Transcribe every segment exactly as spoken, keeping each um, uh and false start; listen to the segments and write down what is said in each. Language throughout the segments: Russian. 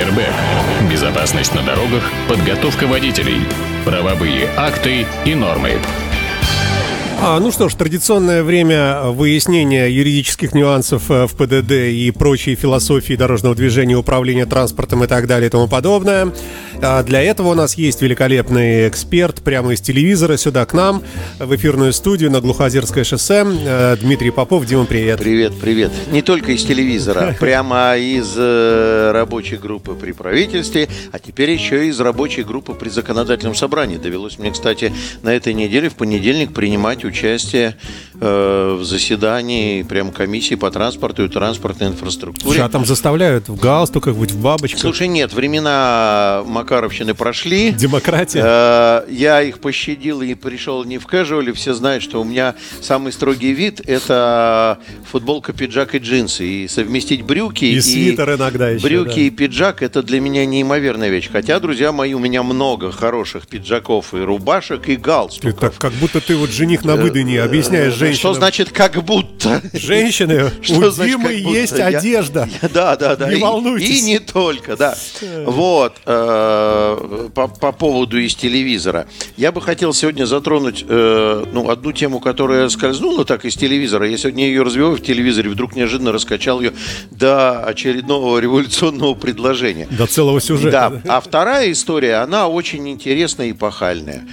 Airbag. Безопасность на дорогах, подготовка водителей, правовые акты и нормы. А, ну что ж, традиционное время выяснения юридических нюансов в ПДД и прочей философии дорожного движения, управления транспортом и так далее и тому подобное. А для этого у нас есть великолепный эксперт прямо из телевизора сюда к нам, в эфирную студию на Глухозерское шоссе. Дмитрий Попов. Дима, привет. Привет, привет. Не только из телевизора, прямо из э, рабочей группы при правительстве, а теперь еще и из рабочей группы при законодательном собрании. Довелось мне, кстати, на этой неделе в понедельник принимать участие э, в заседании прям комиссии по транспорту и транспортной инфраструктуре. Что там заставляют? В галстуках быть, в бабочках? Слушай, нет, времена Макаровщины прошли. Демократия. Э, я их пощадил и пришел не в кэжуале. Все знают, что у меня самый строгий вид – это футболка, пиджак и джинсы. И совместить брюки и, и свитер иногда еще. Брюки да. и пиджак – это для меня неимоверная вещь. Хотя, друзья мои, у меня много хороших пиджаков и рубашек и галстуков. Ты так, как будто ты вот жених на выдане, объясняешь женщинам. Что значит «как будто»? Женщины, у Димы есть одежда. Да, да, да. Не волнуйтесь. И не только, да. Вот. По поводу из телевизора. Я бы хотел сегодня затронуть ну, одну тему, которая скользнула так из телевизора. Я сегодня ее развиваю в телевизоре, вдруг неожиданно раскачал ее до очередного революционного предложения. До целого сюжета. Да. А вторая история, она очень интересная и эпохальная.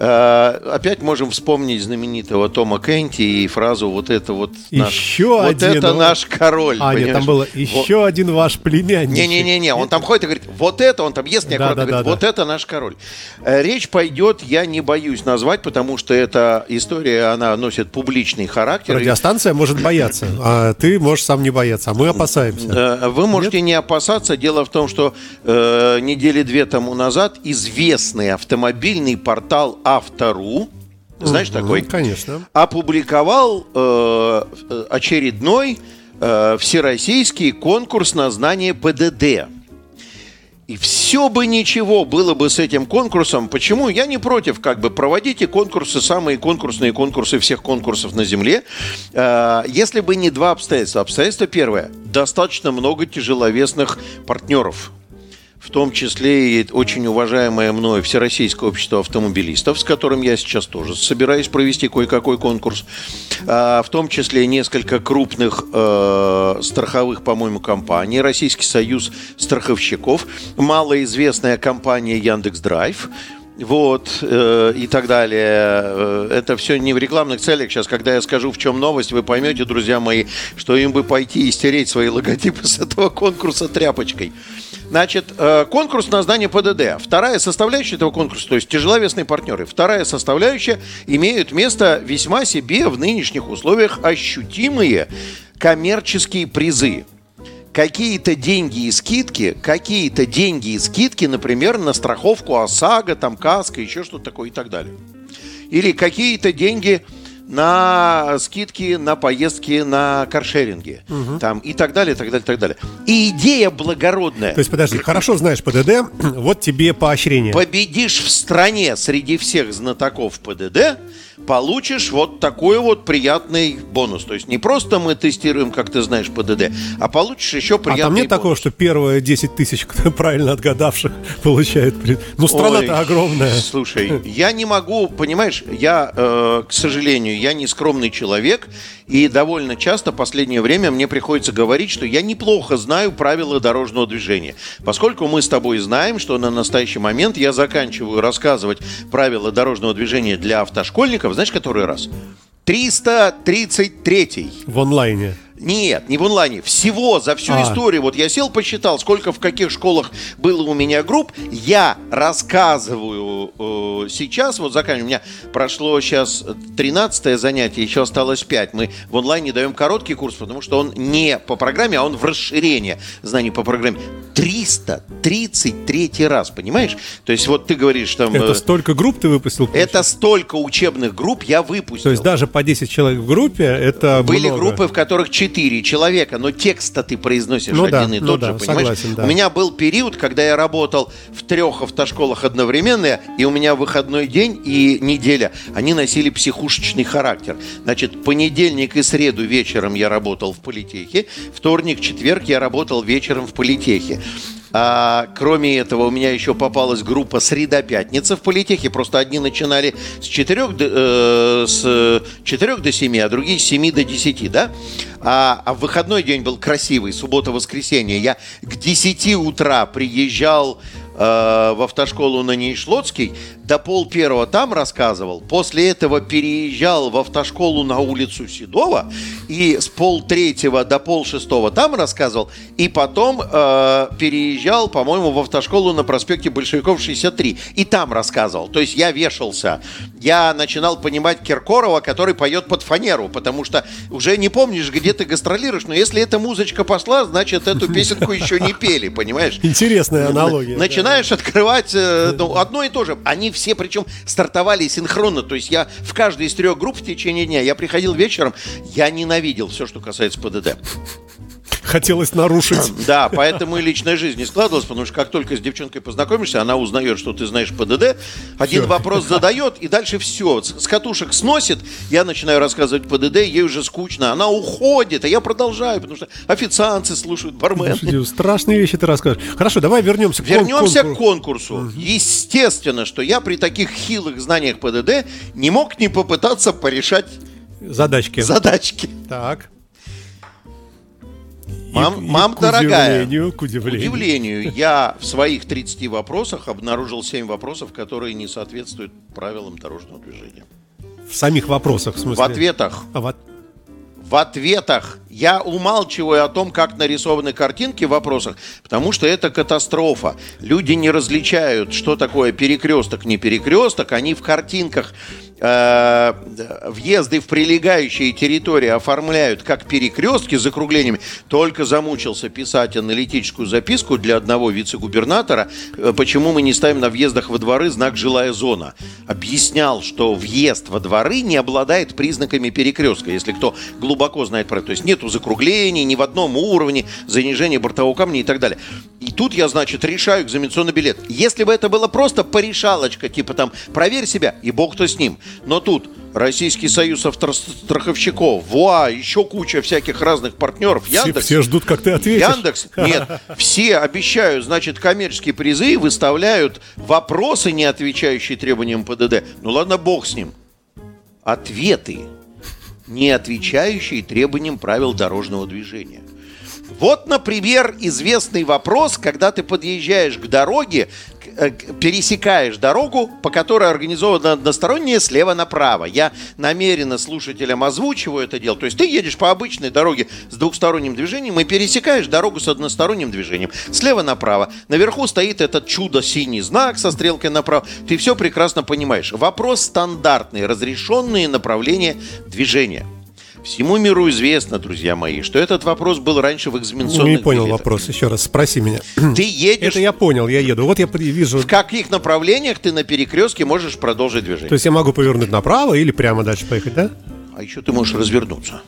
Опять можем вспомнить знаменитого Тома Кенти и фразу «вот это вот наш, еще вот один, это наш король». А, нет, там было «еще вот. один ваш племянник». Не-не-не, он там ходит и говорит «вот это», он там ест неаккуратно, да, да, говорит да, «вот да. это наш король». Речь пойдет, я не боюсь назвать, потому что эта история, она носит публичный характер. Радиостанция может бояться, а ты можешь сам не бояться, а мы опасаемся. Вы можете нет? не опасаться. Дело в том, что э, недели две тому назад известный автомобильный портал Авто.ру, знаешь, угу, такой? Конечно. Опубликовал э, очередной э, всероссийский конкурс на знание ПДД. И все бы ничего было бы с этим конкурсом. Почему? Я не против, как бы, проводите конкурсы, самые конкурсные конкурсы всех конкурсов на Земле. Э, если бы не два обстоятельства. Обстоятельство первое. Достаточно много тяжеловесных партнеров. В том числе и очень уважаемое мною Всероссийское общество автомобилистов, с которым я сейчас тоже собираюсь провести кое-какой конкурс. В том числе несколько крупных э, страховых, по-моему, компаний. Российский союз страховщиков, малоизвестная компания Яндекс.Драйв. Вот, э, и так далее. Это все не в рекламных целях. Сейчас, когда я скажу, в чем новость, вы поймете, друзья мои, что им бы пойти и стереть свои логотипы с этого конкурса тряпочкой. Значит, конкурс на знание ПДД. Вторая составляющая этого конкурса, то есть тяжеловесные партнеры, вторая составляющая, имеют место весьма себе в нынешних условиях ощутимые коммерческие призы. Какие-то деньги и скидки, какие-то деньги и скидки, например, на страховку ОСАГО, там, КАСКО, еще что-то такое и так далее. Или какие-то деньги на скидки на поездки на каршеринге, угу. там, и так далее, и так далее, и так далее. И идея благородная. То есть, подожди, хорошо знаешь ПДД, вот тебе поощрение. Победишь в стране среди всех знатоков ПДД, получишь вот такой вот приятный бонус. То есть не просто мы тестируем, как ты знаешь, ПДД, а получишь еще приятный бонус. А там нет бонус. Такого, что первые десять тысяч правильно отгадавших получают? Ну, страна-то Ой, огромная. Слушай, я не могу, понимаешь, я, э, к сожалению, я не скромный человек, и довольно часто в последнее время мне приходится говорить, что я неплохо знаю правила дорожного движения. Поскольку мы с тобой знаем, что на настоящий момент я заканчиваю рассказывать правила дорожного движения для автошкольников, знаешь, который раз? триста тридцать третий. В онлайне. Нет, не в онлайне. Всего за всю а. историю. Вот я сел, посчитал, сколько в каких школах было у меня групп. Я рассказываю э, сейчас, вот заканчиваю. У меня прошло сейчас тринадцатое занятие, еще осталось пять. Мы в онлайне даем короткий курс, потому что он не по программе, а он в расширение знаний по программе. триста тридцать третий раз, понимаешь? То есть вот ты говоришь там... Это э, столько групп ты выпустил? Получается? Это столько учебных групп я выпустил. То есть даже по десять человек в группе это Были много. группы, в которых четыре человека, но текст-то ты произносишь ну один да, и ну тот да, же, понимаешь? Согласен, да. У меня был период, когда я работал в трех автошколах одновременно, и у меня выходной день и неделя, они носили психушечный характер. Значит, понедельник и среду вечером я работал в политехе, вторник, четверг я работал вечером в политехе. А, кроме этого, у меня еще попалась группа «Среда-пятница» в политехе. Просто одни начинали с четырех до, э, с четырех до семи, а другие с семи до десяти, да? А, а в выходной день был красивый, суббота-воскресенье. Я к десяти утра приезжал э, в автошколу на Нейшлотский, до пол первого там рассказывал. После этого переезжал в автошколу на улицу Седова и с пол третьего до пол шестого там рассказывал. И потом э, переезжал, по-моему, в автошколу на проспекте Большевиков шестьдесят три и там рассказывал. То есть я вешался. Я начинал понимать Киркорова, который поет под фанеру, потому что уже не помнишь, где ты гастролируешь, но если эта музычка пошла, значит, эту песенку еще не пели, понимаешь? Интересная аналогия. Начинаешь открывать э, ну, одно и то же. Они все, причем, стартовали синхронно. То есть я в каждой из трех групп в течение дня, я приходил вечером, я ненавидел все, что касается ПДД. Хотелось нарушить. Да, поэтому и личная жизнь не складывалась, потому что как только с девчонкой познакомишься, она узнает, что ты знаешь ПДД, один все. Вопрос задает, и дальше все. С катушек сносит, я начинаю рассказывать ПДД, ей уже скучно, она уходит, а я продолжаю, потому что официанты слушают, бармены. Слушайте, страшные вещи ты расскажешь. Хорошо, давай вернемся к Вернемся к конкурсу. Угу. Естественно, что я при таких хилых знаниях ПДД не мог не попытаться порешать задачки. Задачки. Так. Мам, и, мам к дорогая, удивлению, к удивлению. к удивлению, я в своих тридцати вопросах обнаружил семь вопросов, которые не соответствуют правилам дорожного движения. В самих вопросах, в смысле? В ответах. А в... В ответах я умалчиваю о том, как нарисованы картинки в вопросах, потому что это катастрофа. Люди не различают, что такое перекресток, не перекресток. Они в картинках э, въезды в прилегающие территории оформляют как перекрестки с закруглениями. Только замучился писать аналитическую записку для одного вице-губернатора, почему мы не ставим на въездах во дворы знак «Жилая зона». Объяснял, что въезд во дворы не обладает признаками перекрестка, если кто глубоко знает про это. То есть нету закруглений ни в одном уровне, занижения бортового камня и так далее. И тут я, значит, решаю экзаменационный билет. Если бы это было просто порешалочка, типа там «проверь себя», и бог-то с ним. Но тут Российский союз автостраховщиков, ВОА, еще куча всяких разных партнеров. Яндекс. Все, все ждут, как ты ответишь. Яндекс? Нет. Все обещают, значит, коммерческие призы, выставляют вопросы, не отвечающие требованиям ПДД. Ну ладно, бог с ним. Ответы, не отвечающие требованиям правил дорожного движения. Вот, например, известный вопрос, когда ты подъезжаешь к дороге, пересекаешь дорогу, по которой организовано одностороннее слева направо. Я намеренно слушателям озвучиваю это дело. То есть ты едешь по обычной дороге с двухсторонним движением и пересекаешь дорогу с односторонним движением. Слева направо. Наверху стоит этот чудо-синий знак со стрелкой направо. Ты все прекрасно понимаешь. Вопрос стандартный. Разрешенные направления движения. Всему миру известно, друзья мои, что этот вопрос был раньше в экзаменационных Не понял билетах. Вопрос, еще раз, спроси меня. Ты едешь... Это я понял, я еду. Вот я вижу... В каких направлениях ты на перекрестке можешь продолжить движение? То есть я могу повернуть направо или прямо дальше поехать, да? А еще ты можешь развернуться.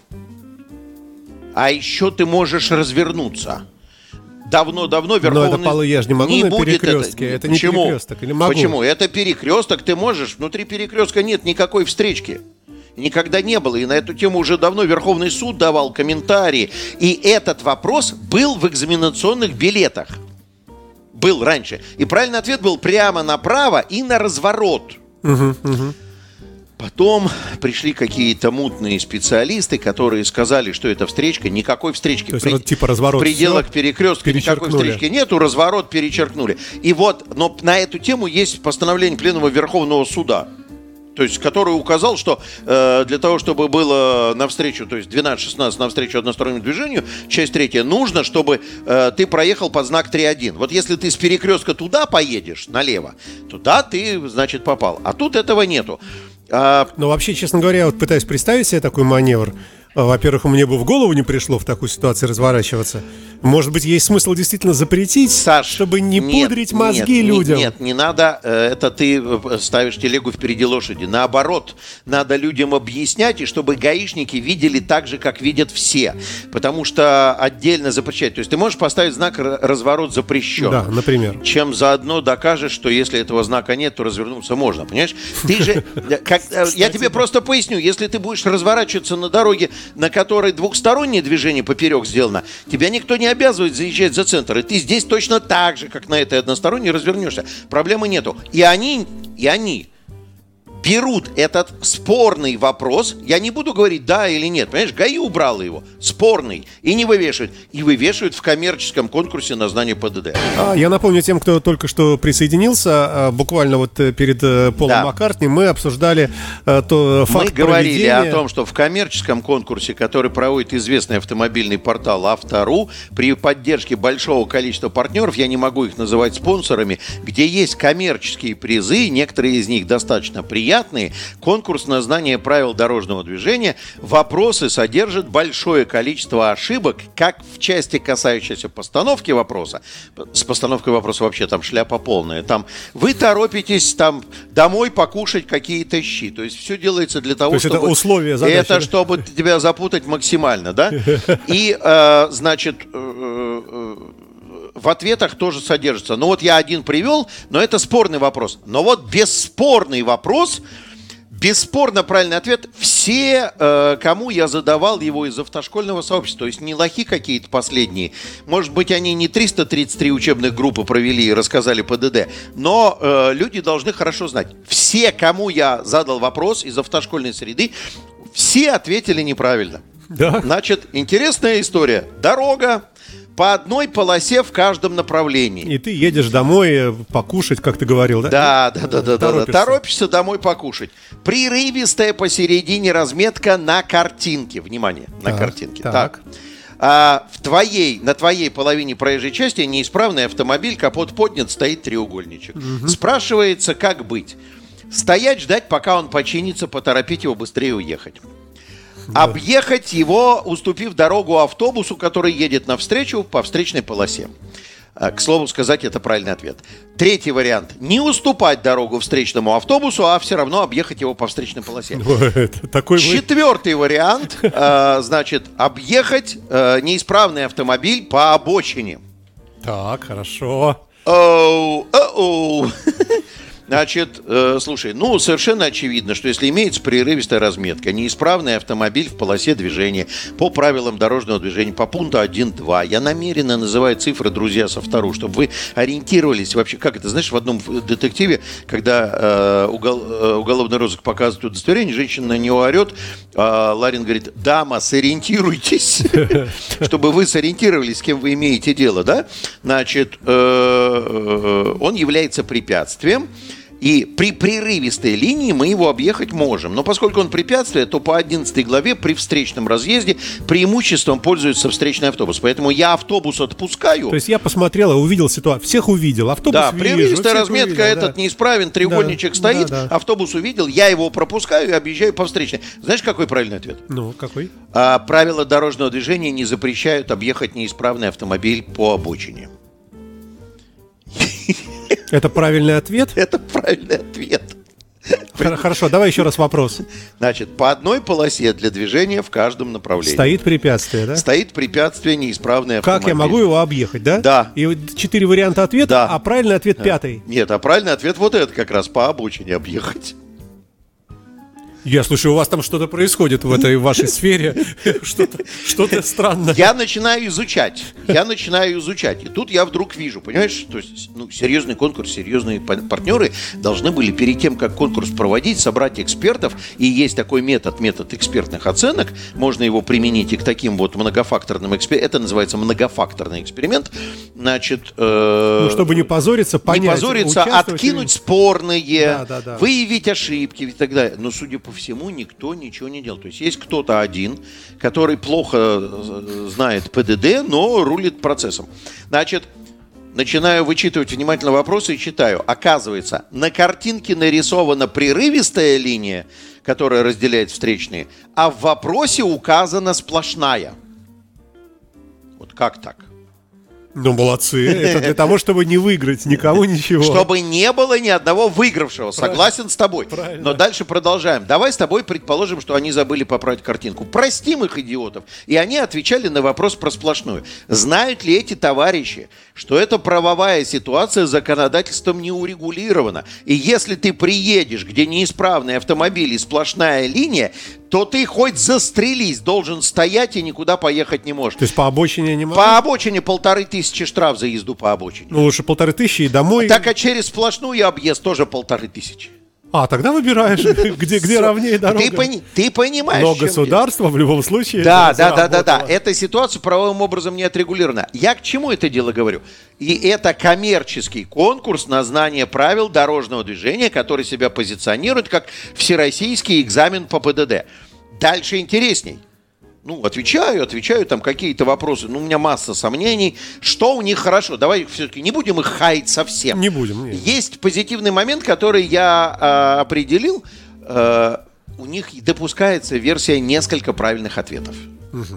А еще ты можешь развернуться. Давно-давно Верховный... Но это, Павел, я же не могу не на будет перекрестке. Это, это Почему? не перекресток. Или могу? Почему? Это перекресток, ты можешь. Внутри перекрестка нет никакой встречки. Никогда не было. И на эту тему уже давно Верховный суд давал комментарии. И этот вопрос был в экзаменационных билетах. Был раньше. И правильный ответ был прямо направо и на разворот. Угу, угу. Потом пришли какие-то мутные специалисты, которые сказали, что это встречка. Никакой встречки. То есть, При... типа разворот. В пределах перекрестка никакой встречки нету, разворот перечеркнули. И вот, но на эту тему есть постановление Пленума Верховного суда. То есть, который указал, что э, для того, чтобы было навстречу, то есть двенадцать шестнадцать навстречу одностороннему движению, часть третья, нужно, чтобы э, ты проехал под знак три один. Вот если ты с перекрестка туда поедешь, налево, туда ты, значит, попал. А тут этого нету. А... Но вообще, честно говоря, я вот пытаюсь представить себе такой маневр. Во-первых, мне бы в голову не пришло в такую ситуацию разворачиваться. Может быть, есть смысл действительно запретить, Саш, чтобы не нет, пудрить мозги нет, людям? Нет, не надо. Это ты ставишь телегу впереди лошади. Наоборот, надо людям объяснять, и чтобы гаишники видели так же, как видят все. Потому что отдельно запрещать. То есть ты можешь поставить знак «разворот запрещен». Да, например. Чем заодно докажешь, что если этого знака нет, то развернуться можно. Понимаешь? Ты же... Как, я тебе просто поясню. Если ты будешь разворачиваться на дороге на которой двухстороннее движение поперек сделано, тебя никто не обязывает заезжать за центр. И ты здесь точно так же, как на этой односторонней, развернешься. Проблемы нету. И они, и они берут этот спорный вопрос, я не буду говорить да или нет, понимаешь, ГАИ убрала его, спорный, и не вывешивают, и вывешивают в коммерческом конкурсе на знание ПДД. А, я напомню тем, кто только что присоединился, буквально вот перед Полом да. Маккартни мы обсуждали то, факт Мы говорили проведения... о том, что в коммерческом конкурсе, который проводит известный автомобильный портал Автору, при поддержке большого количества партнеров, я не могу их называть спонсорами, где есть коммерческие призы, некоторые из них достаточно приятные, конкурс на знание правил дорожного движения, вопросы содержат большое количество ошибок, как в части, касающейся постановки вопроса. С постановкой вопроса вообще там шляпа полная. Там вы торопитесь там домой покушать какие-то щи. То есть все делается для того, То есть чтобы... это условия задачи. Это чтобы тебя запутать максимально, да? И, э, значит... Э, э, в ответах тоже содержится. Ну вот я один привел, но это спорный вопрос. Но вот бесспорный вопрос, бесспорно правильный ответ, все, э, кому я задавал его из автошкольного сообщества, то есть не лохи какие-то последние, может быть, они не триста тридцать три учебных группы провели и рассказали ПДД, но э, люди должны хорошо знать, все, кому я задал вопрос из автошкольной среды, все ответили неправильно. Да. Значит, интересная история. Дорога. По одной полосе в каждом направлении. И ты едешь домой покушать, как ты говорил, да? Да, да, да, да, Торопишься. да. Торопишься домой покушать. Прерывистая посередине разметка на картинке. Внимание, на так, картинке. Так. так. А в твоей, на твоей половине проезжей части неисправный автомобиль, капот поднят, стоит треугольничек. Угу. Спрашивается, как быть? Стоять, ждать, пока он починится, поторопить его быстрее уехать. Да. Объехать его, уступив дорогу автобусу, который едет навстречу по встречной полосе. К слову сказать, это правильный ответ. Третий вариант. Не уступать дорогу встречному автобусу, а все равно объехать его по встречной полосе. Такой Четвертый вариант. Значит, объехать неисправный автомобиль по обочине. Так, хорошо. Оу, оу. Значит, э, слушай, ну, совершенно очевидно, что если имеется прерывистая разметка, неисправный автомобиль в полосе движения по правилам дорожного движения, по пункту один два, я намеренно называю цифры, друзья, со вторую, чтобы вы ориентировались вообще, как это, знаешь, в одном детективе, когда э, угол, э, уголовный розыск показывает удостоверение, женщина на него орет, а Ларин говорит: дама, сориентируйтесь, чтобы вы сориентировались, с кем вы имеете дело, да? Значит, он является препятствием. И при прерывистой линии мы его объехать можем. Но поскольку он препятствие, то по одиннадцатой главе при встречном разъезде преимуществом пользуется встречный автобус. Поэтому я автобус отпускаю. То есть я посмотрел и увидел ситуацию. Всех увидел. Автобус да, вижу. прерывистая разметка, увидел, этот да. неисправен, треугольничек да, стоит, да, да. автобус увидел, я его пропускаю и объезжаю по встречной. Знаешь, какой правильный ответ? Ну, какой? А, правила дорожного движения не запрещают объехать неисправный автомобиль по обочине. Это правильный ответ? Это правильный ответ. Хорошо, давай еще раз вопрос. Значит, по одной полосе для движения в каждом направлении. Стоит препятствие, да? Стоит препятствие, неисправный автомобиль. Как я могу его объехать, да? Да. И четыре варианта ответа, да. а правильный ответ да. пятый. Нет, а правильный ответ вот этот как раз, по обочине объехать. Я слушаю, у вас там что-то происходит в этой вашей сфере, что-то, что-то странное. Я начинаю изучать, я начинаю изучать, и тут я вдруг вижу, понимаешь, то есть, ну, серьезный конкурс, серьезные партнеры должны были перед тем, как конкурс проводить, собрать экспертов, и есть такой метод, метод экспертных оценок, можно его применить и к таким вот многофакторным экспериментам, это называется многофакторный эксперимент, значит... Э, ну, чтобы не позориться, понять. Не позориться, откинуть спорные, да, да, да. выявить ошибки и так далее, но, судя по всему, никто ничего не делал. То есть есть кто-то один, который плохо знает ПДД, но рулит процессом. Значит, начинаю вычитывать внимательно вопросы и читаю. Оказывается, на картинке нарисована прерывистая линия, которая разделяет встречные, а в вопросе указана сплошная. Вот как так? Ну, молодцы. Это для того, чтобы не выиграть никому ничего. Чтобы не было ни одного выигравшего. Согласен с тобой. Правильно. Но дальше продолжаем. Давай с тобой предположим, что они забыли поправить картинку. Простим их, идиотов. И они отвечали на вопрос про сплошную. Знают ли эти товарищи, что эта правовая ситуация законодательством не урегулирована? И если ты приедешь, где неисправный автомобиль и сплошная линия, то ты хоть застрелись, должен стоять и никуда поехать не можешь. То есть по обочине не могу? По обочине полторы тысячи штраф за езду по обочине. Ну, лучше полторы тысячи и домой. Так, а через сплошную объезд тоже полторы тысячи. А, тогда выбираешь, где, где ровнее дорога. Ты, пони, ты понимаешь, но государство в любом случае... Да, да, да, да, да. Эта ситуация правовым образом не отрегулирована. Я к чему это дело говорю? И это коммерческий конкурс на знание правил дорожного движения, который себя позиционирует как всероссийский экзамен по ПДД. Дальше интересней. Ну, отвечаю, отвечаю, там какие-то вопросы. Ну, у меня масса сомнений. Что у них хорошо? Давай все-таки не будем их хаять совсем. Не будем. Нет. Есть позитивный момент, который я э, определил. Э, у них допускается версия несколько правильных ответов. Угу.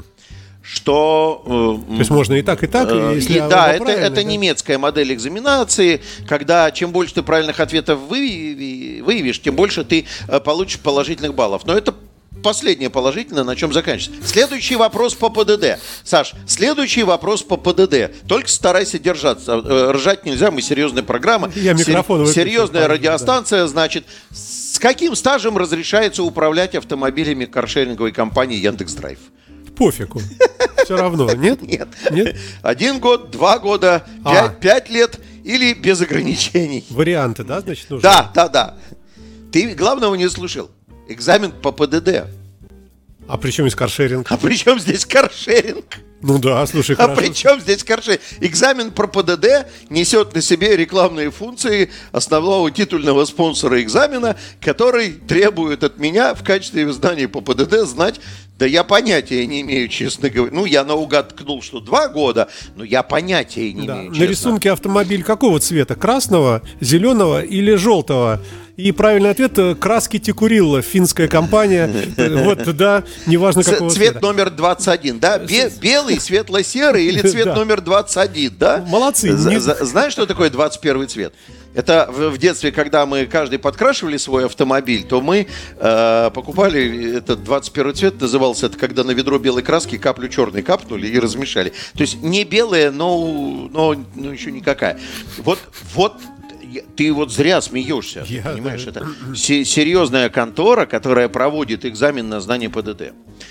Что... Э, То есть можно и так, и так? Э, если и, да, это, это да? немецкая модель экзаменации, когда чем больше ты правильных ответов выявишь, тем больше ты получишь положительных баллов. Но это последнее положительное, на чем заканчивается. Следующий вопрос по ПДД. Саш, следующий вопрос по ПДД. Только старайся держаться. Ржать нельзя, мы серьезная программа. Я микрофон выключу. Серьезная радиостанция, да. Значит, с каким стажем разрешается управлять автомобилями каршеринговой компании Яндекс.Драйв? Пофигу. Все равно, нет? Нет. Нет? Один год, два года, пять, а. пять лет или без ограничений. Варианты, да, значит, нужны? Да, да, да. Ты главного не слышал. Экзамен по ПДД. А при чем здесь каршеринг? А при чем здесь каршеринг? Ну да, слушай, хорошо. А при чем здесь каршеринг? Экзамен про ПДД несет на себе рекламные функции основного титульного спонсора экзамена, который требует от меня в качестве знания по ПДД знать, да я понятия не имею, честно говоря. Ну, я наугад ткнул, что два года, но я понятия не да. имею, честно. На рисунке автомобиль какого цвета? Красного, зеленого или желтого? И правильный ответ – краски Тикурилла, финская компания. Вот, да, неважно какого цвета. Цвет номер двадцать один, да? Белый, светло-серый или цвет номер двадцать один, да? Молодцы. Знаешь, что такое двадцать первый цвет? Это в детстве, когда мы каждый подкрашивали свой автомобиль, то мы э, покупали этот двадцать первый цвет, назывался это, когда на ведро белой краски каплю черной капнули и размешали. То есть не белая, но, но, но еще никакая. Вот, вот ты вот зря смеешься, Я, понимаешь? Да. Это серьезная контора, которая проводит экзамен на знание ПДД.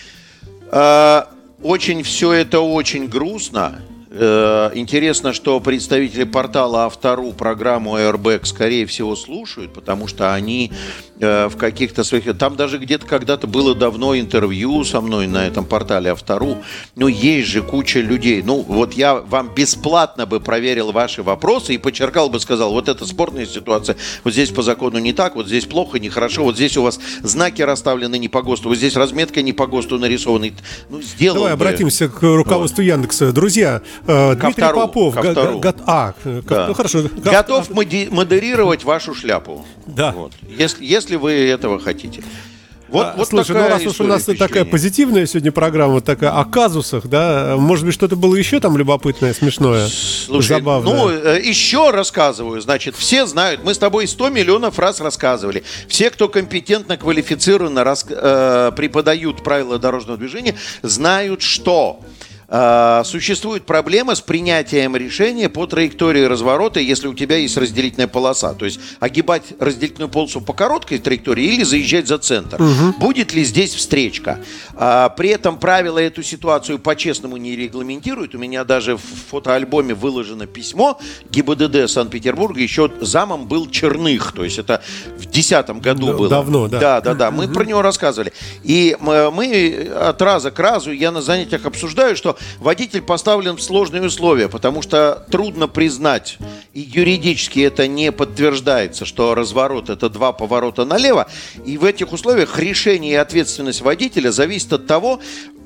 Э, очень все это очень грустно. Интересно, что представители портала Автору программу Airbag, скорее всего, слушают, потому что они э, в каких-то своих... Там даже где-то когда-то было давно интервью со мной на этом портале Автору. Ну, есть же куча людей. Ну, вот я вам бесплатно бы проверил ваши вопросы и подчеркал бы, сказал, вот это спорная ситуация, вот здесь по закону не так, вот здесь плохо, нехорошо, вот здесь у вас знаки расставлены не по ГОСТу, вот здесь разметка не по ГОСТу нарисована. Ну, сделал Давай бы. Обратимся к руководству вот. Яндекса. Друзья, Ко Дмитрий втору, Попов, га- га- га- а, да. ну, хорошо. Готов модерировать вашу шляпу. Да. Вот. Если, если вы этого хотите. Вот, а, вот слушай, ну раз уж у нас такая позитивная сегодня программа, такая о казусах, да, может быть, что-то было еще там любопытное, смешное, Слушай, забавное? Ну, еще рассказываю, значит, все знают, мы с тобой сто миллионов раз рассказывали. Все, кто компетентно, квалифицированно рас, э, преподают правила дорожного движения, знают, что... существует проблема с принятием решения по траектории разворота, если у тебя есть разделительная полоса. То есть огибать разделительную полосу по короткой траектории или заезжать за центр. Угу. Будет ли здесь встречка? А, при этом правила эту ситуацию по-честному не регламентируют. У меня даже в фотоальбоме выложено письмо ГИБДД Санкт-Петербурга. Еще замом был Черных. То есть это в десятом году Д- было. Давно, да. Да, да, да. Мы угу. про него рассказывали. И мы от раза к разу, я на занятиях обсуждаю, что водитель поставлен в сложные условия, потому что трудно признать, и юридически это не подтверждается, что разворот – это два поворота налево. И в этих условиях решение и ответственность водителя зависит от того,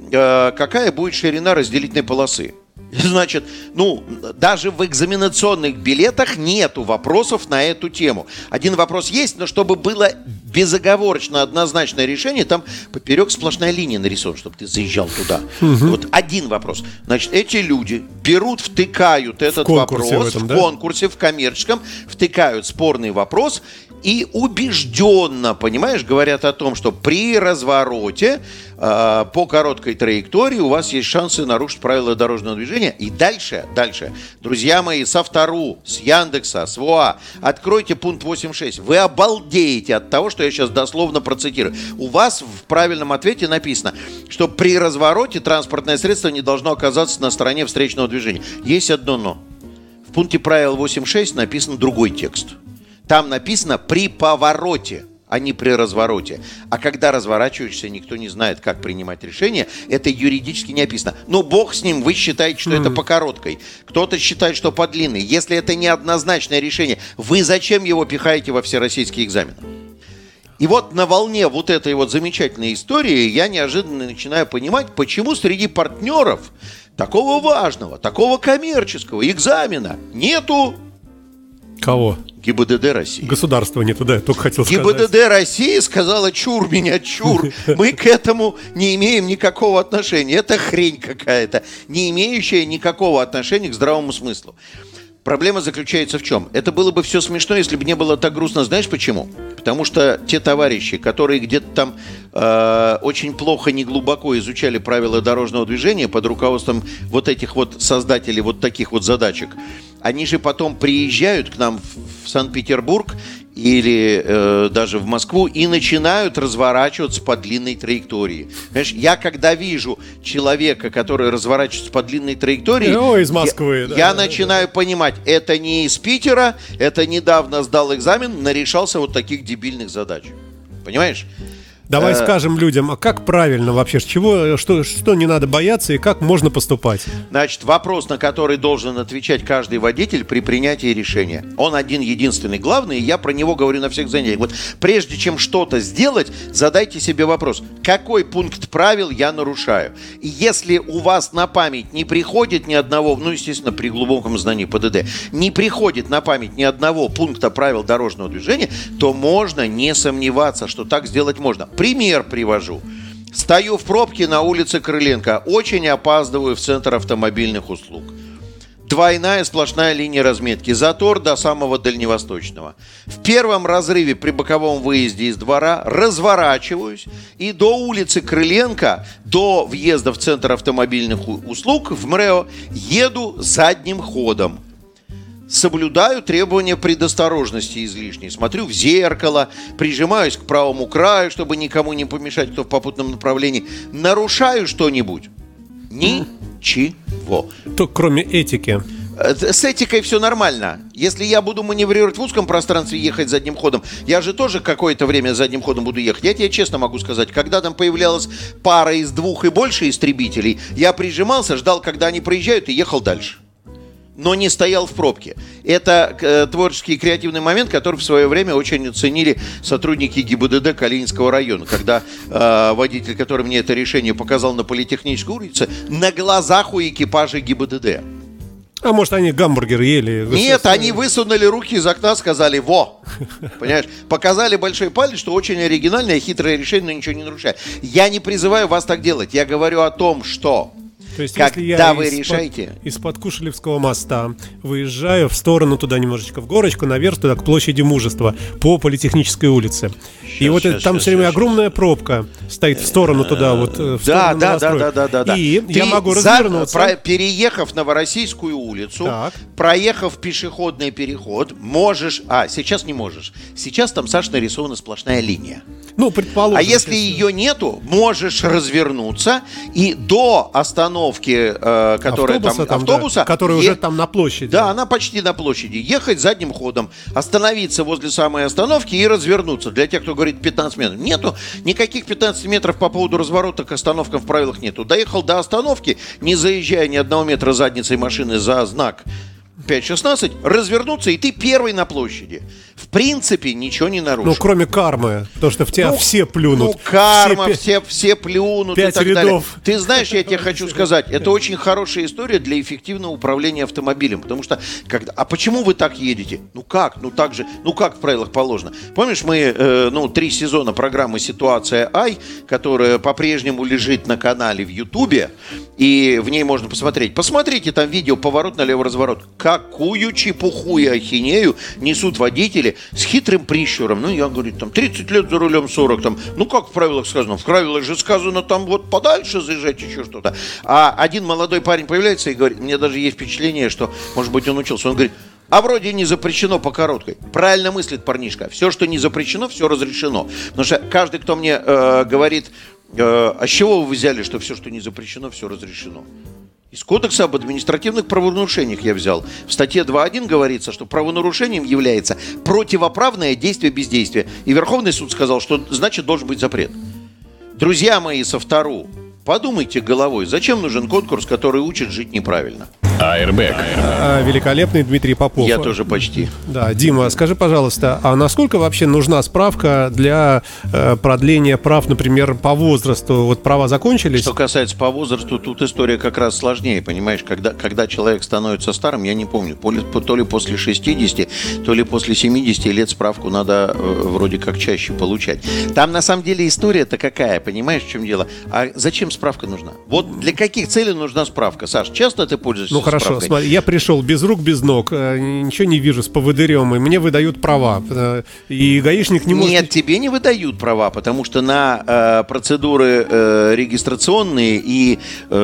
какая будет ширина разделительной полосы. Значит, ну, даже в экзаменационных билетах нету вопросов на эту тему. Один вопрос есть, но чтобы было безоговорочно однозначное решение, там поперек сплошная линия нарисована, чтобы ты заезжал туда. Угу. Вот один вопрос. Значит, эти люди берут, втыкают этот вопрос в, этом, в да? конкурсе, в коммерческом, втыкают спорный вопрос и убежденно, понимаешь, говорят о том, что при развороте э, по короткой траектории у вас есть шансы нарушить правила дорожного движения. И дальше, дальше, друзья мои, с Автору, с Яндекса, с ВОА, откройте пункт восемь шесть. Вы обалдеете от того, что я сейчас дословно процитирую. У вас в правильном ответе написано, что при развороте транспортное средство не должно оказаться на стороне встречного движения. Есть одно «но». В пункте правил восемь шесть написан другой текст. Там написано «при повороте», а не при развороте. А когда разворачиваешься, никто не знает, как принимать решение. Это юридически не описано. Но бог с ним, вы считаете, что mm. это по короткой. Кто-то считает, что по длинной. Если это неоднозначное решение, вы зачем его пихаете во всероссийские экзамены? И вот на волне вот этой вот замечательной истории я неожиданно начинаю понимать, почему среди партнеров такого важного, такого коммерческого экзамена нету... Кого? ГИБДД России. Государства нету, да, я только хотел сказать. ГИБДД России сказала: чур меня, чур. Мы к этому не имеем никакого отношения. Это хрень какая-то, не имеющая никакого отношения к здравому смыслу. Проблема заключается в чем? Это было бы все смешно, если бы не было так грустно. Знаешь почему? Потому что те товарищи, которые где-то там э, очень плохо, неглубоко изучали правила дорожного движения под руководством вот этих вот создателей вот таких вот задачек, они же потом приезжают к нам в, в Санкт-Петербург или э, даже в Москву и начинают разворачиваться по длинной траектории. Понимаешь, я когда вижу человека, который разворачивается по длинной траектории, О, из Москвы, я, да, я да, начинаю да. понимать, это не из Питера, это недавно сдал экзамен, нарешался вот таких дебильных задач. Понимаешь? Давай э- скажем людям, а как правильно вообще, чего, что, что не надо бояться и как можно поступать? Значит, вопрос, на который должен отвечать каждый водитель при принятии решения. Он один единственный, главный, и я про него говорю на всех занятиях. Вот прежде чем что-то сделать, задайте себе вопрос, какой пункт правил я нарушаю? И если у вас на память не приходит ни одного, ну, естественно, при глубоком знании ПДД, не приходит на память ни одного пункта правил дорожного движения, то можно не сомневаться, что так сделать можно. Пример привожу. Стою в пробке на улице Крыленко. Очень опаздываю в центр автомобильных услуг. Двойная сплошная линия разметки. Затор до самого Дальневосточного. В первом разрыве при боковом выезде из двора разворачиваюсь и до улицы Крыленко, до въезда в центр автомобильных услуг в МРЭО еду задним ходом. Соблюдаю требования предосторожности излишней. Смотрю в зеркало, прижимаюсь к правому краю, чтобы никому не помешать, кто в попутном направлении. Нарушаю что-нибудь? Ничего. Только кроме этики. С этикой все нормально. Если я буду маневрировать в узком пространстве и ехать задним ходом, я же тоже какое-то время задним ходом буду ехать. Я тебе честно могу сказать, когда там появлялась пара из двух и больше истребителей, я прижимался, ждал, когда они проезжают, и ехал дальше. Но не стоял в пробке. Это э, творческий и креативный момент, который в свое время очень оценили сотрудники ГИБДД Калининского района, когда э, водитель, который мне это решение показал на Политехнической улице, на глазах у экипажа ГИБДД. А может, они гамбургер ели? Нет, они высунули руки из окна, сказали «во». Понимаешь? Показали большой палец, что очень оригинальное, хитрое решение, но ничего не нарушает. Я не призываю вас так делать. Я говорю о том, что... То есть, когда если я вы из-под, решаете... из-под Кушелевского моста выезжаю в сторону туда немножечко в горочку, наверх туда к площади Мужества по Политехнической улице. Сейчас, и вот сейчас, это, там сейчас, все время сейчас, огромная пробка стоит в сторону туда, вот в Да, сторону да, да, новостроек. да, да, да. И Ты я могу за- развернуться. про- переехав Новороссийскую улицу, Так. проехав пешеходный переход, можешь... А, сейчас не можешь. Сейчас там, Саш, нарисована сплошная линия. Ну, предположим. А если сейчас- ее нету, можешь развернуться и до остановки, э, которая автобуса, там, там, автобуса, да, который е- уже там на площади. Да, она почти на площади. Ехать задним ходом, остановиться возле самой остановки и развернуться. Для тех, кто говорит пятнадцать метров. Нету никаких пятнадцати метров по поводу разворота к остановкам в правилах нету. Доехал до остановки, не заезжая ни одного метра задницей машины за знак пять шестнадцать, развернуться, и ты первый на площади. В принципе, ничего не нарушил. Ну, кроме кармы, потому что в тебя Ну, все плюнут. Ну, карма, Все все, все плюнут пять и так рядов. далее. Ты знаешь, я тебе хочу сказать, это очень хорошая история для эффективного управления автомобилем. Потому что, когда, а почему вы так едете? Ну как? Ну так же, ну как в правилах положено? Помнишь, мы, э, ну, три сезона программы «Ситуация Ай», которая по-прежнему лежит на канале в Ютубе, и в ней можно посмотреть. Посмотрите там видео «Поворот налево, разворот». какую чепуху и ахинею несут водители с хитрым прищуром. Ну, я говорю, там, тридцать лет за рулем, сорок, там, ну, как в правилах сказано? В правилах же сказано, там, вот, подальше заезжать, еще что-то. А один молодой парень появляется и говорит, мне даже есть впечатление, что, может быть, он учился. Он говорит, а вроде не запрещено по короткой. Правильно мыслит парнишка. Все, что не запрещено, все разрешено. Потому что каждый, кто мне э, говорит, э, а с чего вы взяли, что все, что не запрещено, все разрешено? Из Кодекса об административных правонарушениях я взял. В статье два точка один говорится, что правонарушением является противоправное действие бездействия. И Верховный суд сказал, что значит должен быть запрет. Друзья мои со втору, подумайте головой, зачем нужен конкурс, который учит жить неправильно? Airbag. А, великолепный Дмитрий Попов. Я тоже почти. Да, Дима, скажи, пожалуйста, а насколько вообще нужна справка для э, продления прав, например, по возрасту? Вот права закончились? Что касается по возрасту, тут история как раз сложнее, понимаешь? Когда, когда человек становится старым, я не помню, то ли после шестидесяти, то ли после семидесяти лет справку надо э, вроде как чаще получать. Там на самом деле история-то какая, понимаешь, в чем дело? А зачем справка нужна? Вот для каких целей нужна справка? Саш, часто ты пользуешься Ну хорошо, справкой? смотри, я пришел без рук, без ног, ничего не вижу, с поводырем, и мне выдают права. И гаишник не может... Нет, тебе не выдают права, потому что на э, процедуры э, регистрационные и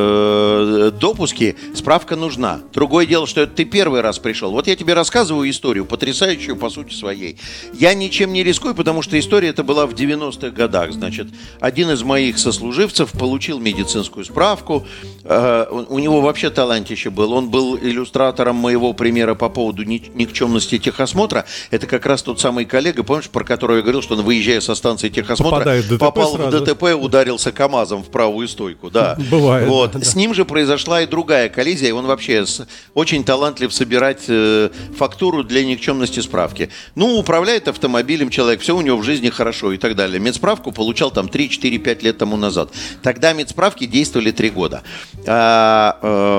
э, допуски справка нужна. Другое дело, что это ты первый раз пришел. Вот я тебе рассказываю историю, потрясающую по сути своей. Я ничем не рискую, потому что история эта была в девяностых годах. Значит, один из моих сослуживцев получил медицинскую справку. Э, у, у него вообще талантище был. Он был иллюстратором моего примера по поводу никчемности техосмотра. Это как раз тот самый коллега, помнишь, про которого я говорил, что он, выезжая со станции техосмотра, в ДТП попал сразу. в ДТП, ударился КАМАЗом в правую стойку. Да. Бывает. Вот. Да, да. С ним же произошла и другая коллизия, и он вообще с... очень талантлив собирать э, фактуру для никчемности справки. Ну, управляет автомобилем человек, все у него в жизни хорошо и так далее. Медсправку получал там три, четыре, пять лет тому назад. Тогда медсправки действовали три года. А,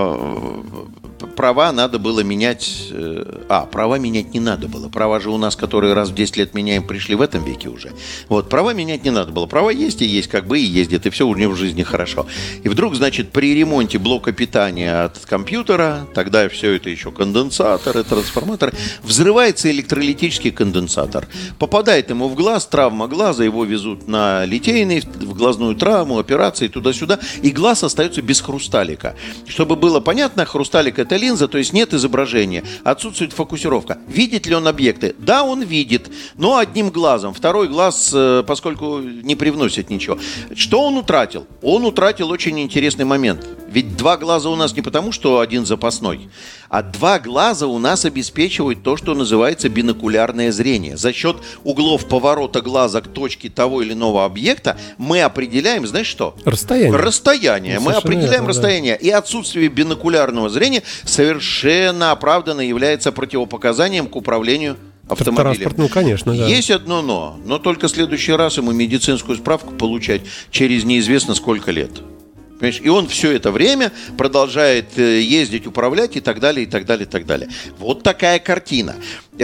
э, права надо было менять... А, права менять не надо было. Права же у нас, которые раз в десять лет меняем, пришли в этом веке уже. Вот, права менять не надо было. Права есть и есть, как бы и ездит, и все у него в жизни хорошо. И вдруг, значит, при ремонте блока питания от компьютера, тогда все это еще конденсаторы, трансформаторы, взрывается электролитический конденсатор. Попадает ему в глаз, травма глаза, его везут на Литейный, в глазную травму, операции, туда-сюда, и глаз остается без хрусталика. Чтобы было понятно, хрусталик — это линза, то есть нет изображения, отсутствует фокусировка. Видит ли он объекты? Да, он видит, но одним глазом. Второй глаз, поскольку не привносит ничего. Что он утратил? Он утратил очень интересный момент. Ведь два глаза у нас не потому, что один запасной, а два глаза у нас обеспечивают то, что называется бинокулярное зрение. За счет углов поворота глаза к точке того или иного объекта мы определяем, знаешь что? Расстояние. Расстояние. Ну, мы определяем верно, расстояние. Да. И отсутствие бинокулярного зрения совершенно оправданно является противопоказанием к управлению автомобилем. Ну, конечно, да. Есть одно но. Но только в следующий раз ему медицинскую справку получать через неизвестно сколько лет. Понимаешь? И он все это время продолжает ездить, управлять и так далее, и так далее, и так далее. Вот такая картина.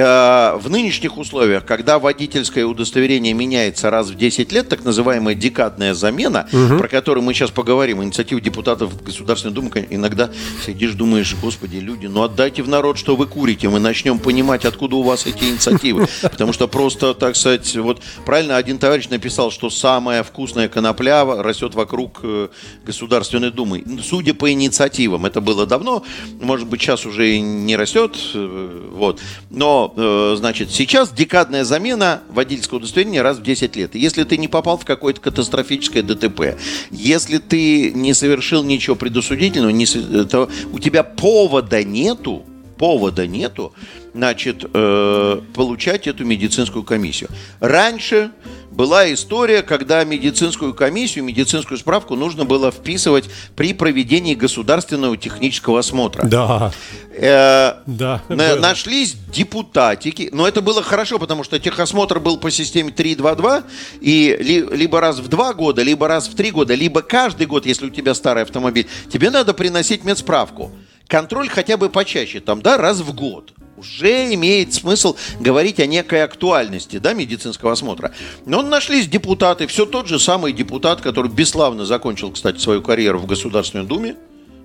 В нынешних условиях, когда водительское удостоверение меняется раз в десять лет, так называемая декадная замена, угу. про которую мы сейчас поговорим, инициатива депутатов Государственной Думы, иногда сидишь, думаешь, господи, люди, ну отдайте в народ, что вы курите, мы начнем понимать, откуда у вас эти инициативы. Потому что просто, так сказать, вот правильно один товарищ написал, что самая вкусная конопля растет вокруг Государственной Думы. Судя по инициативам, это было давно, может быть, сейчас уже и не растет, вот, но значит, сейчас декадная замена водительского удостоверения раз в десять лет. Если ты не попал в какое-то катастрофическое ДТП, если ты не совершил ничего предосудительного, не, то у тебя повода нету, повода нету, значит, э, получать эту медицинскую комиссию. Раньше была история, когда медицинскую комиссию, медицинскую справку нужно было вписывать при проведении государственного технического осмотра. Да. Э, да на, нашлись депутатики, но это было хорошо, потому что техосмотр был по системе три два два, и ли, либо раз в два года, либо раз в три года, либо каждый год, если у тебя старый автомобиль, тебе надо приносить медсправку. Контроль хотя бы почаще, там, да, раз в год. Уже имеет смысл говорить о некой актуальности, да, медицинского осмотра. Но нашлись депутаты, все тот же самый депутат, который бесславно закончил, кстати, свою карьеру в Государственной Думе.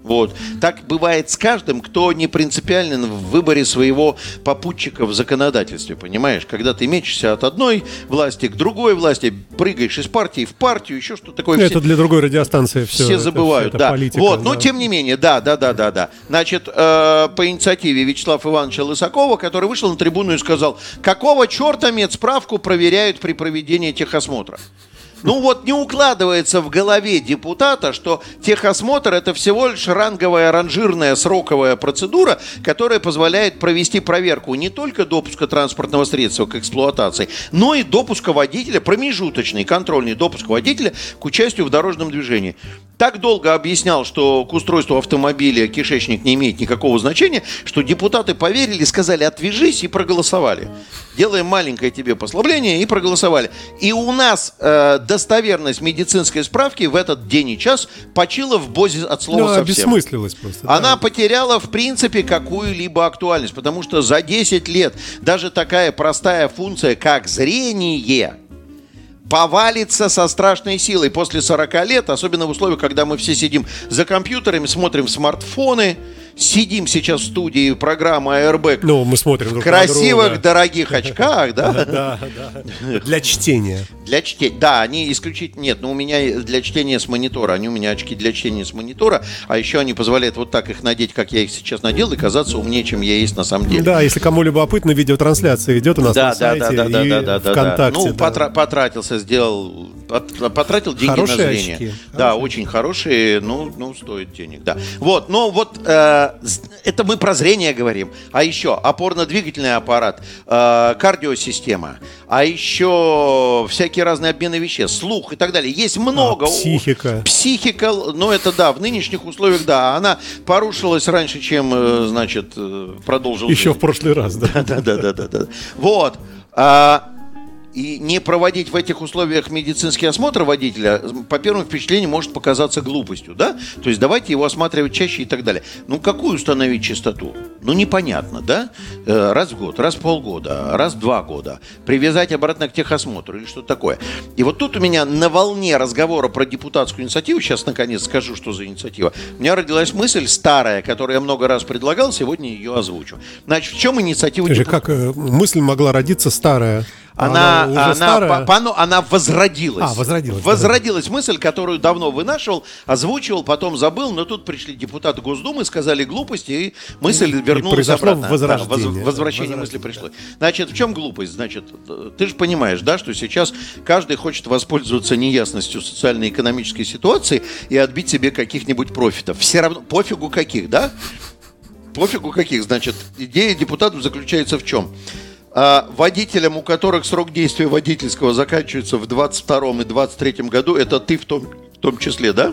Вот. Так бывает с каждым, кто не принципиален в выборе своего попутчика в законодательстве, понимаешь? Когда ты мечешься от одной власти к другой власти, прыгаешь из партии в партию, еще что-то такое. Это все, для другой радиостанции все. Все забывают, это, это да. Политика, вот, да. Но тем не менее, да, да, да, да, да. Значит, э, по инициативе Вячеслава Ивановича Лысакова, который вышел на трибуну и сказал, какого черта медсправку проверяют при проведении техосмотра? Ну вот не укладывается в голове депутата, что техосмотр – это всего лишь ранговая, ранжирная, сроковая процедура, которая позволяет провести проверку не только допуска транспортного средства к эксплуатации, но и допуска водителя, промежуточный контрольный допуск водителя к участию в дорожном движении. Так долго объяснял, что к устройству автомобиля кишечник не имеет никакого значения, что депутаты поверили, сказали «отвяжись» и проголосовали. Делаем маленькое тебе послабление и проголосовали. И у нас э, достоверность медицинской справки в этот день и час почила в бозе от слова ну, совсем. Обесмыслилась просто. Она да. потеряла в принципе какую-либо актуальность, потому что за десять лет даже такая простая функция, как зрение, повалится со страшной силой после сорока лет, особенно в условиях, когда мы все сидим за компьютерами, смотрим в смартфоны, сидим сейчас в студии программы Airbag. Ну, мы смотрим в красивых, дорогих очках, да? Да, да. Для чтения. Для чтения. Да, они исключительно... Нет, ну у меня для чтения с монитора. Они у меня очки для чтения с монитора, а еще они позволяют вот так их надеть, как я их сейчас надел, и казаться умнее, чем я есть на самом деле. Да, если кому любопытно, видеотрансляция идет у нас да, на сайте да, да, и да, да, да, ВКонтакте. Ну, да. потра- потратился, сделал... Потратил деньги хорошие на зрение. очки. Да, хорошие. очень хорошие, ну, ну, стоит денег, да. Вот, но вот э, это мы про зрение говорим. А еще опорно-двигательный аппарат, э, кардиосистема, а еще всякие разные обмены веществ, слух и так далее. Есть много. А, психика. Психика, ну, это да, в нынешних условиях, да, она порушилась раньше, чем, э, значит, продолжил. Еще жизнь. в прошлый раз, да. Да, да, да, да, да. Вот. А, И не проводить в этих условиях медицинский осмотр водителя, по первому впечатлению, может показаться глупостью, да? То есть давайте его осматривать чаще и так далее. Ну, какую установить частоту? Ну, непонятно, да? Раз в год, раз в полгода, раз в два года. Привязать обратно к техосмотру или что-то такое. И вот тут у меня на волне разговора про депутатскую инициативу, сейчас наконец скажу, что за инициатива, у меня родилась мысль старая, которую я много раз предлагал, сегодня ее озвучу. Значит, в чем инициатива депутатов? Как э, мысль могла родиться старая? Она, она, она, по, по, она возродилась. А, возродилась. Возродилась мысль, которую давно вынашивал, озвучивал, потом забыл, но тут пришли депутаты Госдумы, сказали глупости, и мысль и, вернулась и обратно. Возрождение. Да, воз, возвращение мысли пришло. Значит, в чем глупость? Значит, ты же понимаешь, да, что сейчас каждый хочет воспользоваться неясностью социально-экономической ситуации и отбить себе каких-нибудь профитов. Все равно, пофигу каких, да? Пофигу каких. Значит, идея депутатов заключается в чем? А водителям, у которых срок действия водительского заканчивается в двадцать втором и двадцать третьем году, это ты в том, в том числе, да?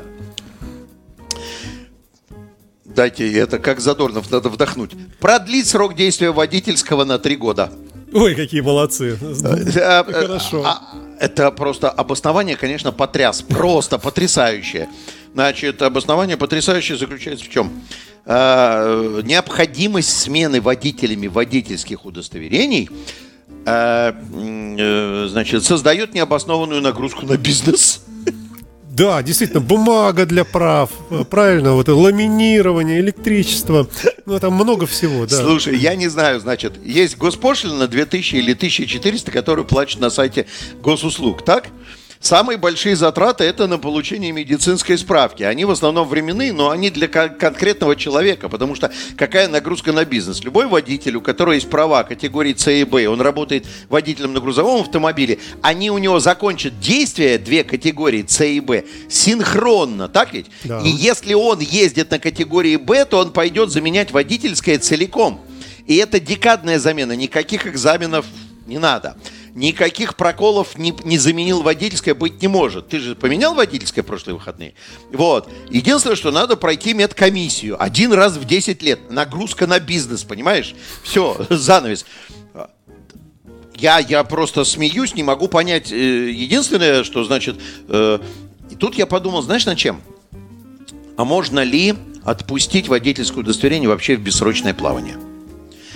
Дайте это, как Задорнов, надо вдохнуть. Продлить срок действия водительского на три года. Ой, какие молодцы. Хорошо. Это просто обоснование, конечно, потряс. Просто потрясающее. Значит, обоснование потрясающее заключается в чем? Э, необходимость смены водителями водительских удостоверений э, э, значит, создает необоснованную нагрузку на бизнес. Да, действительно, бумага для прав, правильно, вот ламинирование, электричество, ну там много всего, да. Слушай, я не знаю, значит, есть госпошлина две тысячи или тысяча четыреста, которую платят на сайте госуслуг, так? Самые большие затраты – это на получение медицинской справки. Они в основном временные, но они для конкретного человека, потому что какая нагрузка на бизнес? Любой водитель, у которого есть права категории С и Б, он работает водителем на грузовом автомобиле, они у него закончат действие, две категории С и Б, синхронно, так ведь? Да. И если он ездит на категории Б, то он пойдет заменять водительское целиком. И это декадная замена, никаких экзаменов не надо. Никаких проколов не, не заменил водительское быть не может. Ты же поменял водительское в прошлые выходные? Вот. Единственное, что надо пройти медкомиссию. Один раз в десять лет. Нагрузка на бизнес, понимаешь? Все, занавес. Я, я просто смеюсь, не могу понять. Единственное, что значит... И тут я подумал, знаешь, над чем? А можно ли отпустить водительское удостоверение вообще в бессрочное плавание?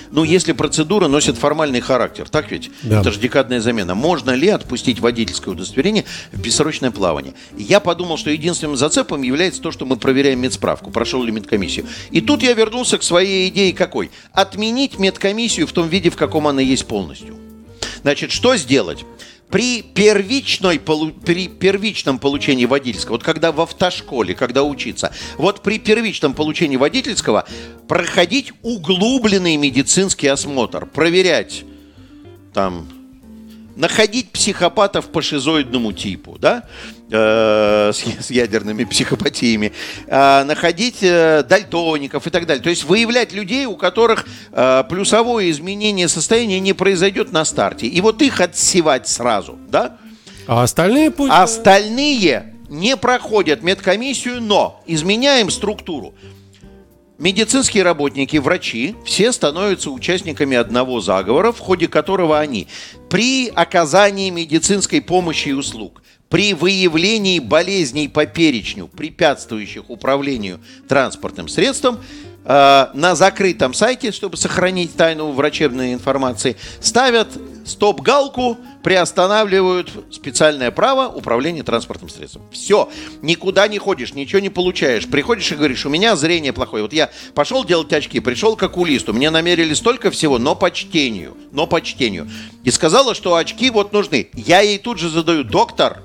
Ну, если процедура носит формальный характер, так ведь? Да. Это же декадная замена. Можно ли отпустить водительское удостоверение в бессрочное плавание? Я подумал, что единственным зацепом является то, что мы проверяем медсправку, прошел ли медкомиссию. И тут я вернулся к своей идее какой? Отменить медкомиссию в том виде, в каком она есть полностью. Значит, что сделать? При, первичной, при первичном получении водительского, вот когда в автошколе, когда учиться, вот при первичном получении водительского проходить углубленный медицинский осмотр, проверять, там, находить психопатов по шизоидному типу, да, э, с, с ядерными психопатиями, э, находить э, дальтоников и так далее. То есть выявлять людей, у которых э, плюсовое изменение состояния не произойдет на старте. И вот их отсевать сразу, да? А остальные пусть... А остальные не проходят медкомиссию, но изменяем структуру. Медицинские работники, врачи, все становятся участниками одного заговора, в ходе которого они при оказании медицинской помощи и услуг, при выявлении болезней по перечню, препятствующих управлению транспортным средством, э, на закрытом сайте, чтобы сохранить тайну врачебной информации, ставят стоп-галку, приостанавливают специальное право управления транспортным средством. Все. Никуда не ходишь, ничего не получаешь. Приходишь и говоришь, у меня зрение плохое. Вот я пошел делать очки, пришел к окулисту. Мне намерили столько всего, но по чтению. Но по чтению. И сказала, что очки вот нужны. Я ей тут же задаю, доктор,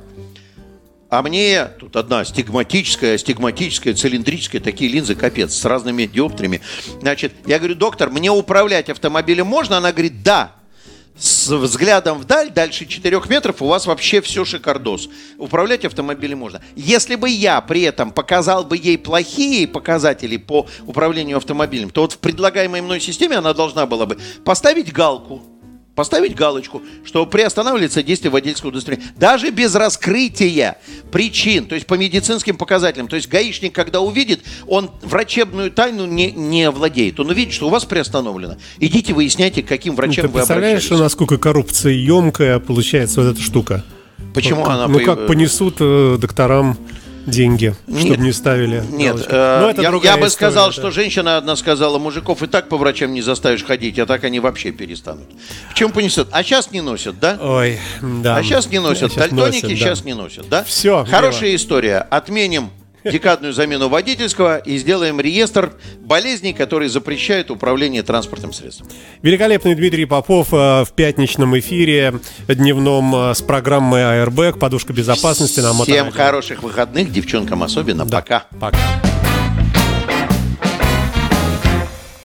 а мне тут одна астигматическая, астигматическая, цилиндрическая, такие линзы, капец, с разными диоптриями. Значит, я говорю, доктор, мне управлять автомобилем можно? Она говорит, да. С взглядом вдаль, дальше четырех метров, у вас вообще все шикардос. Управлять автомобилем можно. Если бы я при этом показал бы ей плохие показатели по управлению автомобилем, то вот в предлагаемой мной системе она должна была бы поставить галку, поставить галочку, что приостанавливается действие водительского удостоверения. Даже без раскрытия причин, то есть по медицинским показателям. То есть гаишник, когда увидит, он врачебную тайну не, не владеет. Он увидит, что у вас приостановлено. Идите выясняйте, к каким врачам ну, вы обращались. Ты представляешь, насколько коррупция емкая получается вот эта штука? Почему ну, она... Ну, как понесут э, докторам деньги, Нет, чтобы не ставили. Нет, э, я, я бы сказал, да. Что женщина одна сказала, мужиков и так по врачам не заставишь ходить, а так они вообще перестанут. В чем понесут? А сейчас не носят, да? Ой, да. А сейчас не носят. Сейчас Дальтоники носят, сейчас да. не носят, да? Все. Хорошая дело. история. Отменим декадную замену водительского и сделаем реестр болезней, которые запрещают управление транспортным средством. Великолепный Дмитрий Попов в пятничном эфире дневном с программой Airbag, подушка безопасности на Моторадио. Всем хороших выходных, девчонкам особенно. Да. Пока. Пока.